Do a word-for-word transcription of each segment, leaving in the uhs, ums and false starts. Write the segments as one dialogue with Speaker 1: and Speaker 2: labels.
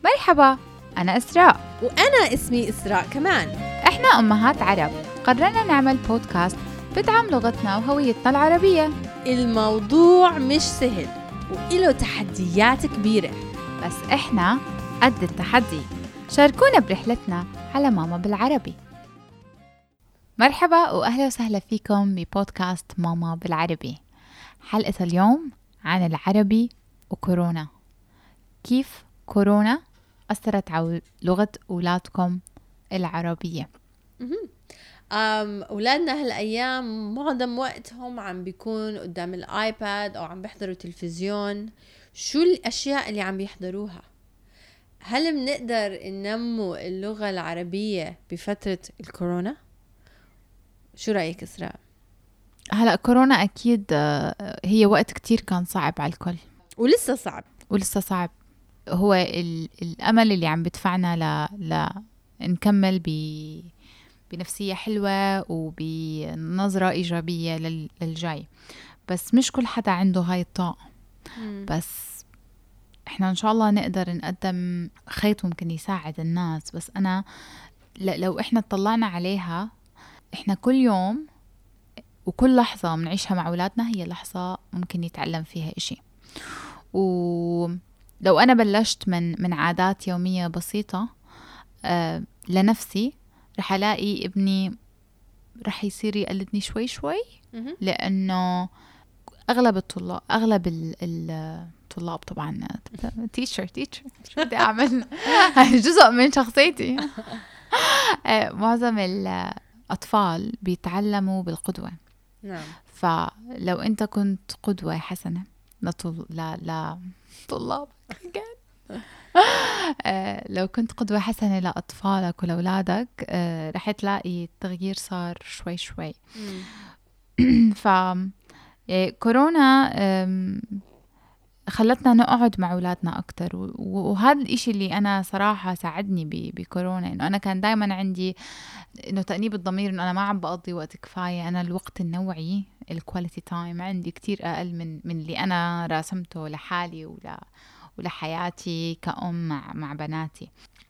Speaker 1: مرحبا، أنا إسراء
Speaker 2: وأنا اسمي إسراء كمان.
Speaker 1: إحنا أمهات عرب، قررنا نعمل بودكاست بدعم لغتنا وهويتنا العربية.
Speaker 2: الموضوع مش سهل وإله تحديات كبيرة،
Speaker 1: بس إحنا قد التحدي. شاركونا برحلتنا على ماما بالعربي. مرحبا وأهلا وسهلا فيكم ببودكاست ماما بالعربي. حلقة اليوم عن العربي وكورونا. كيف كورونا أثرت على لغة أولادكم العربية؟
Speaker 2: أم أولادنا هالأيام معظم وقتهم عم بيكون قدام الآيباد أو عم بيحضروا تلفزيون. شو الأشياء اللي عم بيحضروها؟ هل بنقدر ننمو اللغة العربية بفترة الكورونا؟ شو رأيك إسراء؟
Speaker 1: هلأ كورونا أكيد هي وقت كتير كان صعب على الكل،
Speaker 2: ولسه صعب
Speaker 1: ولسه صعب. هو الأمل اللي عم بدفعنا ل... ل... نكمل ب... بنفسية حلوة وبنظرة إيجابية لل... للجاي. بس مش كل حدا عنده هاي الطاقة.
Speaker 2: مم.
Speaker 1: بس إحنا إن شاء الله نقدر نقدم خيط ممكن يساعد الناس. بس أنا ل... لو إحنا اطلعنا عليها، إحنا كل يوم وكل لحظة منعيشها مع أولادنا هي لحظة ممكن يتعلم فيها إشي. ولو أنا بلشت من من عادات يومية بسيطة آه لنفسي، رح ألاقي ابني رح يصير يقلدني شوي شوي، لأنه أغلب الطلاب أغلب الطلاب طبعا تيتشر تيتشر شو بدي أعمل جزء من شخصيتي. آه معظم الأطفال بيتعلموا بالقدوة.
Speaker 2: نعم.
Speaker 1: فلو أنت كنت قدوة حسنة لطل... لا لا طلاب آه لو كنت قدوة حسنة لأطفالك ولأولادك آه رح تلاقي التغيير صار شوي شوي. ف كورونا خلتنا نقعد مع أولادنا أكتر، وهذا الإشي اللي أنا صراحة ساعدني بكورونا، إنه أنا كان دايما عندي إنه تأنيب الضمير إنه أنا ما عم بقضي وقت كفاية. أنا الوقت النوعي الكواليتي تايم عندي كتير أقل من من اللي أنا راسمته لحالي ولا ولحياتي كأم مع مع بناتي.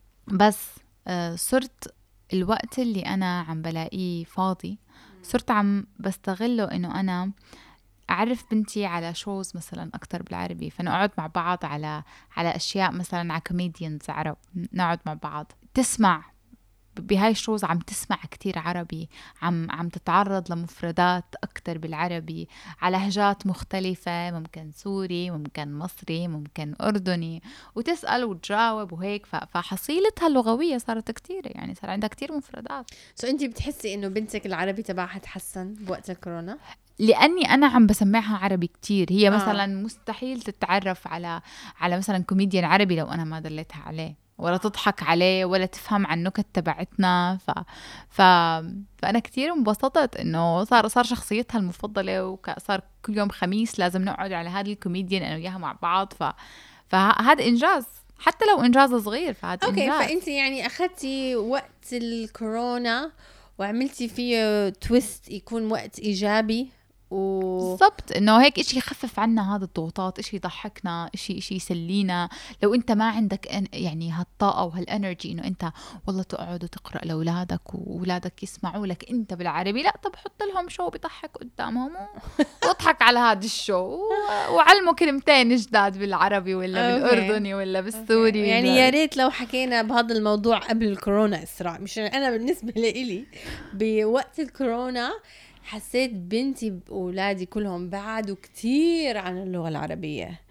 Speaker 1: بس آه صرت الوقت اللي أنا عم بلاقيه فاضي صرت عم بستغله إنه أنا أعرف بنتي على شوز مثلا أكتر بالعربي، فنقعد مع بعض على على أشياء مثلا على كوميديانز عرب، نقعد مع بعض تسمع بهاي الشوز، عم تسمع كتير عربي، عم عم تتعرض لمفردات أكتر بالعربي على لهجات مختلفة، ممكن سوري، ممكن مصري، ممكن أردني، وتسأل وتجاوب وهيك. فحصيلتها اللغوية صارت كتير، يعني صار عندها كتير مفردات.
Speaker 2: سو أنتي بتحسي إنه بنتك العربي تبعها تحسن بوقت الكورونا؟
Speaker 1: لأني أنا عم بسمعها عربي كتير. هي آه. مثلا مستحيل تتعرف على على مثلا كوميديان عربي لو أنا ما دلتها عليه، ولا تضحك عليه، ولا تفهم عن نكت تبعتنا. ف... ف... فأنا كتير انبسطت إنه صار صار شخصيتها المفضلة، وصار كل يوم خميس لازم نقعد على هذه الكوميديان أنا وياها مع بعض. ف... فهذا إنجاز، حتى لو إنجاز صغير فهذا
Speaker 2: أوكي.
Speaker 1: إنجاز.
Speaker 2: فأنت يعني أخذتي وقت الكورونا وعملتي فيه تويست يكون وقت إيجابي و...
Speaker 1: بالضبط، انه هيك اشي يخفف عنا هذا الضغوطات، اشي يضحكنا، اشي اشي يسلينا. لو انت ما عندك يعني هالطاقة وهالانرجي انه انت والله تقعد وتقرأ لأولادك وأولادك يسمعوا لك انت بالعربي، لا طب حط لهم شو بيضحك قدامهم واضحك على هذا الشو وعلموا كلمتين جداد بالعربي ولا بالأردني ولا بالسوري.
Speaker 2: يعني يا ريت لو حكينا بهذا الموضوع قبل الكورونا إسراء. مش أنا بالنسبة لي بوقت الكورونا حسيت بنتي بأولادي كلهم بعدوا كتير عن اللغة العربية.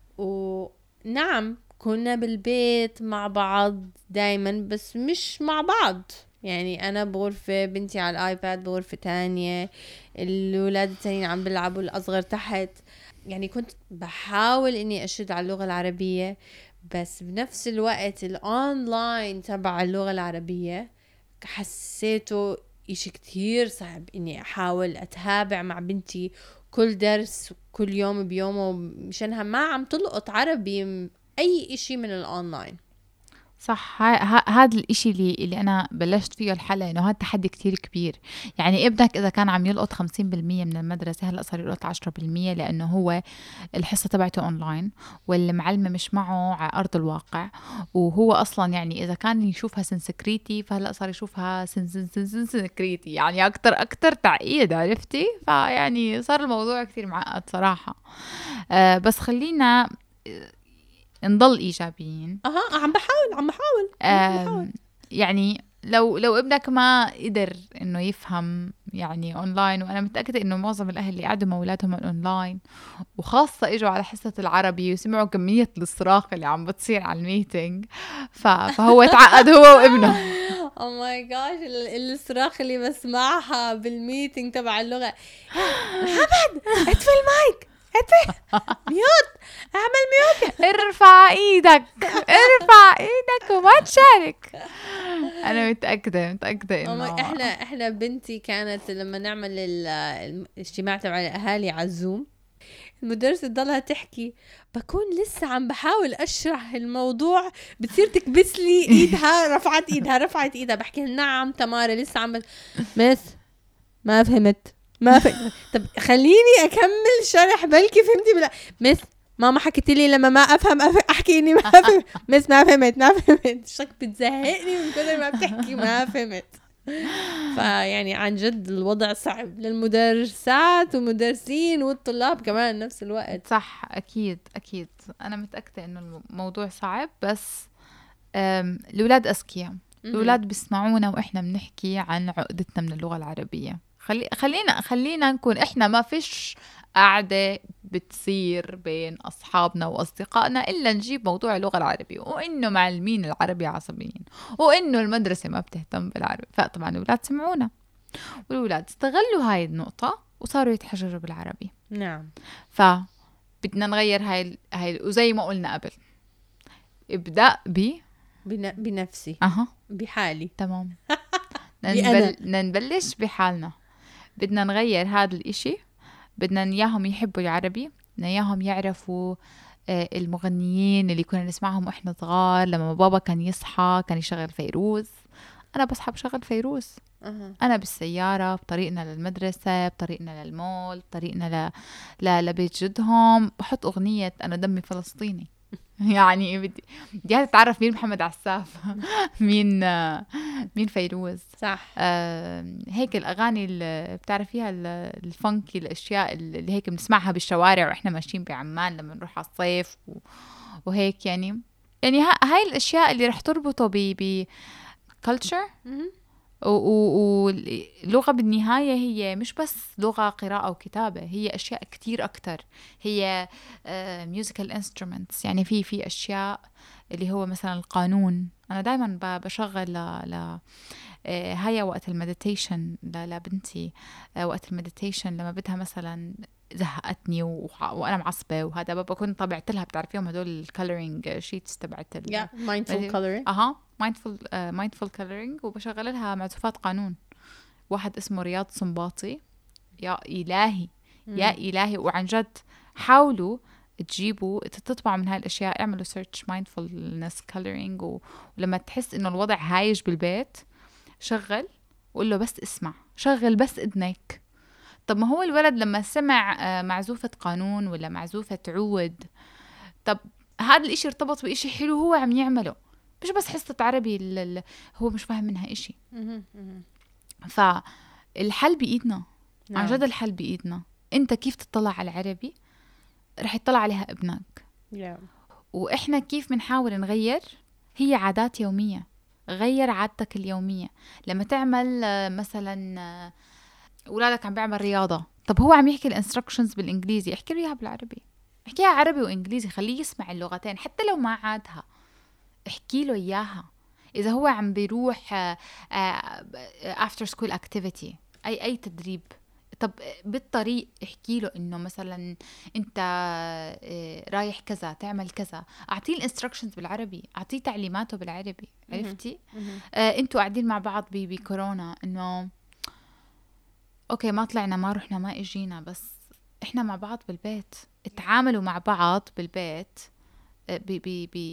Speaker 2: ونعم كنا بالبيت مع بعض دايما، بس مش مع بعض. يعني أنا بغرفة، بنتي على الآيباد بغرفة تانية، الولاد التانيين عم بيلعبوا، الأصغر تحت. يعني كنت بحاول إني أشد على اللغة العربية، بس بنفس الوقت الأونلاين تبع اللغة العربية حسيته إشي كتير صعب إني أحاول أتابع مع بنتي كل درس كل يوم بيومه، مشانها ما عم تلقط عربي أي إشي من الأونلاين.
Speaker 1: صح. هذا الاشي اللي, اللي انا بلشت فيه الحلقة، انه هذا تحدي كتير كبير. يعني ابنك اذا كان عم يلقط خمسين بالمية من المدرسة، هلأ صار يلقط عشرة بالمية، لانه هو الحصة تبعته اونلاين والمعلمة مش معه على ارض الواقع. وهو اصلا يعني اذا كان يشوفها سنسكريتي، فهلأ صار يشوفها سنسكريتي، يعني اكتر اكتر تعقيد، عرفتي؟ فيعني صار الموضوع كتير معقد صراحة. أه بس خلينا نضل ايجابيين.
Speaker 2: اها عم بحاول عم بحاول عم بحاول
Speaker 1: يعني لو لو ابنك ما قدر انه يفهم يعني اونلاين، وانا متاكده انه معظم الاهل اللي قعدوا مع اولادهم اونلاين وخاصه اجوا على حصه العربي وسمعوا كميه الصراخ اللي عم بتصير على الميتينج، فهو تعقد هو وابنه.
Speaker 2: او ماي جاش، الصراخ اللي بسمعها بالميتينج تبع اللغه، محمد اطفي المايك، اطفي ميوت، اعمل ميوت،
Speaker 1: ارفع ايدك ارفع ايدك وما تشارك. انا متاكده متاكده انه
Speaker 2: احنا احنا بنتي كانت لما نعمل الاجتماع تبع الاهالي على الزوم، المدرسة تضلها تحكي، بكون لسه عم بحاول أشرح الموضوع، بتصير تكبس لي إيدها، رفعت إيدها رفعت إيدها، بحكي نعم تمارا لسه عم بت... مس ما فهمت ما فهمت. طب خليني أكمل شرح بلكي فهمتي بلا. مس ماما حكيت لي لما ما أفهم أحكي إني ما فهمت. مس ما فهمت ما فهمت. شك بتزهقني من كثر ما بتحكي ما فهمت. فيعني عن جد الوضع صعب للمدرسات والمدرسين والطلاب كمان نفس الوقت.
Speaker 1: صح أكيد أكيد. أنا متأكدة إنه الموضوع صعب، بس الأولاد أذكياء، الأولاد بيسمعونا وإحنا بنحكي عن عقدتنا من اللغة العربية. خلي خلينا خلينا نكون إحنا ما فيش قاعدة بتصير بين أصحابنا وأصدقائنا إلا نجيب موضوع اللغة العربية، وإنه معلمين العربي عصبيين، وإنه المدرسة ما بتهتم بالعربي. فطبعا الأولاد سمعونا، والأولاد استغلوا هاي النقطة وصاروا يتحجروا بالعربي.
Speaker 2: نعم.
Speaker 1: فبدنا نغير هاي هاي وزي ما قلنا قبل، ابدأ ب
Speaker 2: بنفسي
Speaker 1: أها
Speaker 2: بحالي.
Speaker 1: تمام. ننبل... ننبلش بحالنا. بدنا نغير هذا الاشي، بدنا اياهم يحبوا العربي، بدنا اياهم يعرفوا المغنيين اللي كنا نسمعهم واحنا صغار. لما بابا كان يصحى كان يشغل فيروز، انا بصحى بشغل فيروز.
Speaker 2: أه.
Speaker 1: انا بالسياره بطريقنا للمدرسه، بطريقنا للمول، بطريقنا ل... ل... لبيت جدهم، بحط اغنيه انا دمي فلسطيني. يعني بدي بدي تتعرف مين محمد عساف، مين مين فيروز.
Speaker 2: صح.
Speaker 1: آه هيك الاغاني اللي بتعرفيها الفانكي، الاشياء اللي هيك بنسمعها بالشوارع واحنا ماشيين بعمان لما نروح على الصيف وهيك. يعني يعني هاي الاشياء اللي رح تربطه ب ب culture. واللغة بالنهاية هي مش بس لغة قراءة وكتابة، هي أشياء كتير أكتر. هي uh, musical instruments. يعني في في أشياء اللي هو مثلا القانون. أنا دايما بشغل ل, ل هيا وقت المديتيشن لبنتي، وقت المديتيشن لما بدها مثلا زهقتني وأنا معصبة وهذا، بابا كنت طبعت لها، بتعرفيهم هدول الكولرينج شيتس تبعت ال
Speaker 2: yeah, mindful coloring.
Speaker 1: أها mindful uh, mindful coloring. وبشغل لها معزوفات قانون، واحد اسمه رياض صنباطي. يا إلهي
Speaker 2: مم.
Speaker 1: يا إلهي. وعن جد حاولوا تجيبوا تطبعوا من هاي الأشياء، اعملوا search mindfulness coloring، و... ولما تحس إنه الوضع هايج بالبيت شغل وقول له بس اسمع، شغل بس إذنك. طب ما هو الولد لما سمع معزوفة قانون ولا معزوفة عود، طب هذا الاشي ارتبط باشي حلو هو عم يعمله، مش بس حصة عربي اللي هو مش فاهم منها اشي. فالحل بإيدنا. عن جد الحل بإيدنا. انت كيف تطلع على العربي رح يطلع عليها ابنك.
Speaker 2: yeah.
Speaker 1: واحنا كيف بنحاول نغير؟ هي عادات يومية. غير عادتك اليومية. لما تعمل مثلا أولادك عم بيعمل رياضة، طب هو عم يحكي الانستركشنز بالإنجليزي، احكي له إياها بالعربي، احكيها عربي وإنجليزي، خليه يسمع اللغتين حتى لو ما عادها، احكي له إياها. إذا هو عم بيروح after school activity، أي أي تدريب، طب بالطريق احكي له إنه مثلا أنت رايح كذا تعمل كذا، أعطيه الانستركشنز بالعربي، أعطيه تعليماته بالعربي. عرفتي؟ آه أنتوا قاعدين مع بعض بكورونا، إنه اوكي ما طلعنا ما رحنا ما اجينا، بس احنا مع بعض بالبيت، اتعاملوا مع بعض بالبيت ب ب ب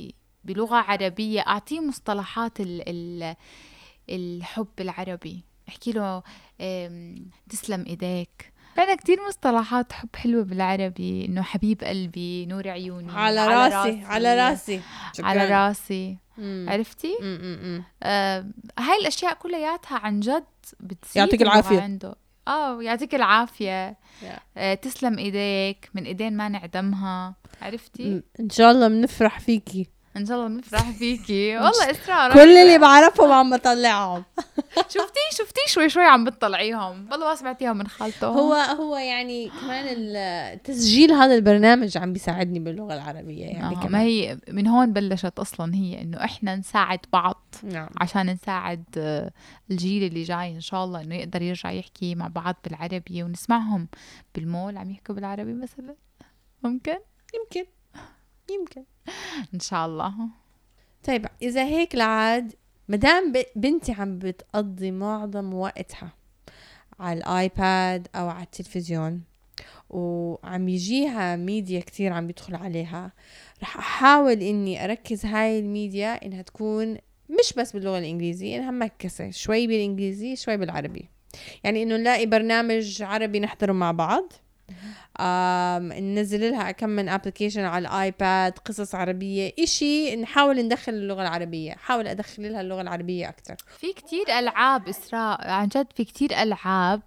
Speaker 1: بلغة عربية، أعطيه مصطلحات ال ال الحب العربي، احكي له تسلم إيديك. فأنا كتير مصطلحات حب حلوة بالعربي، إنه حبيب قلبي، نور عيوني،
Speaker 2: على, على راسي, راسي على راسي
Speaker 1: شكرا. على راسي. مم. عرفتي؟
Speaker 2: مم.
Speaker 1: آه هاي الأشياء كلياتها عن جد بتزيد
Speaker 2: يعطيك العافية
Speaker 1: عنده. اه يعطيك العافية. آه تسلم إيديك، من إيدين ما نعدمها. عرفتي؟
Speaker 2: إن شاء الله بنفرح فيكي،
Speaker 1: ان شاء الله بنفرح فيكي. والله اسراء
Speaker 2: كل اللي بعرفهم عم بطلعهم.
Speaker 1: شفتي شفتي شوي شوي عم بتطلعيهم، والله ما سمعتيهم من خالته.
Speaker 2: هو هو يعني كمان التسجيل هذا البرنامج عم بيساعدني باللغة العربية يعني.
Speaker 1: آه ما هي من هون بلشت اصلا، هي انه احنا نساعد بعض.
Speaker 2: نعم.
Speaker 1: عشان نساعد الجيل اللي جاي ان شاء الله انه يقدر يرجع يحكي مع بعض بالعربي، ونسمعهم بالمول عم يحكوا بالعربي مثلا. ممكن
Speaker 2: يمكن يمكن
Speaker 1: ان شاء الله.
Speaker 2: طيب اذا هيك لعاد، مدام بنتي عم بتقضي معظم وقتها على الايباد او على التلفزيون وعم يجيها ميديا كتير عم بيدخل عليها، رح احاول اني اركز هاي الميديا انها تكون مش بس باللغة الانجليزية، انها مكسة شوي بالانجليزي شوي بالعربي. يعني انه نلاقي برنامج عربي نحضره مع بعض، آم ننزل لها كم من ابلكيشن على الايباد، قصص عربية، اشي نحاول ندخل اللغة العربية، حاول ادخل لها اللغة العربية اكتر.
Speaker 1: في كتير العاب اسراء عن جد، في كتير العاب.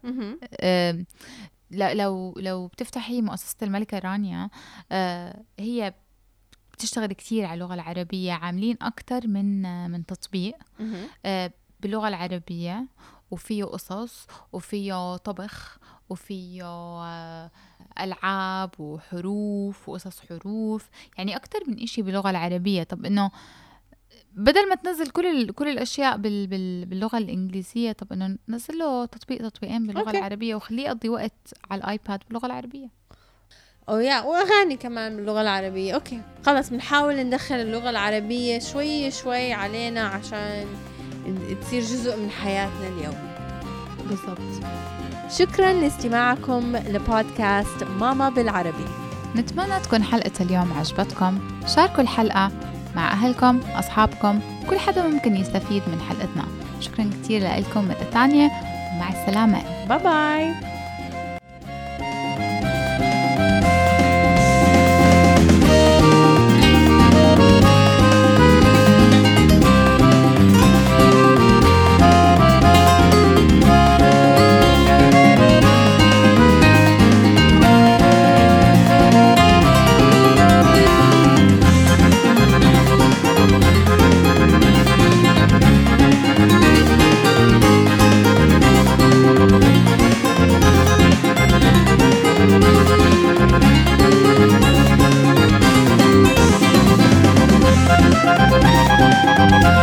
Speaker 1: لو لو بتفتحي مؤسسة الملكة رانيا، هي بتشتغل كتير على اللغة العربية، عاملين اكتر من من تطبيق باللغة العربية، وفيه قصص وفيه طبخ وفيه ألعاب وحروف وقصص حروف، يعني أكتر من إشي باللغة العربية. طب إنه بدل ما تنزل كل ال... كل الأشياء بال... بال... باللغة الإنجليزية، طب إنه نزل له تطبيق تطبيقين باللغة أوكي. العربية، وخليه يقضي وقت على الآيباد باللغة العربية.
Speaker 2: أو يا وأغاني كمان باللغة العربية. أوكي خلص بنحاول ندخل اللغة العربية شوي شوي علينا عشان تصير جزء من حياتنا اليوم.
Speaker 1: بالضبط.
Speaker 2: شكرا لاستماعكم لبودكاست ماما بالعربي.
Speaker 1: نتمنى تكون حلقة اليوم عجبتكم. شاركوا الحلقة مع أهلكم، أصحابكم، كل حدا ممكن يستفيد من حلقتنا. شكرا كتير لكم مرة تانية، ومع السلامة.
Speaker 2: باي باي. We'll be right back.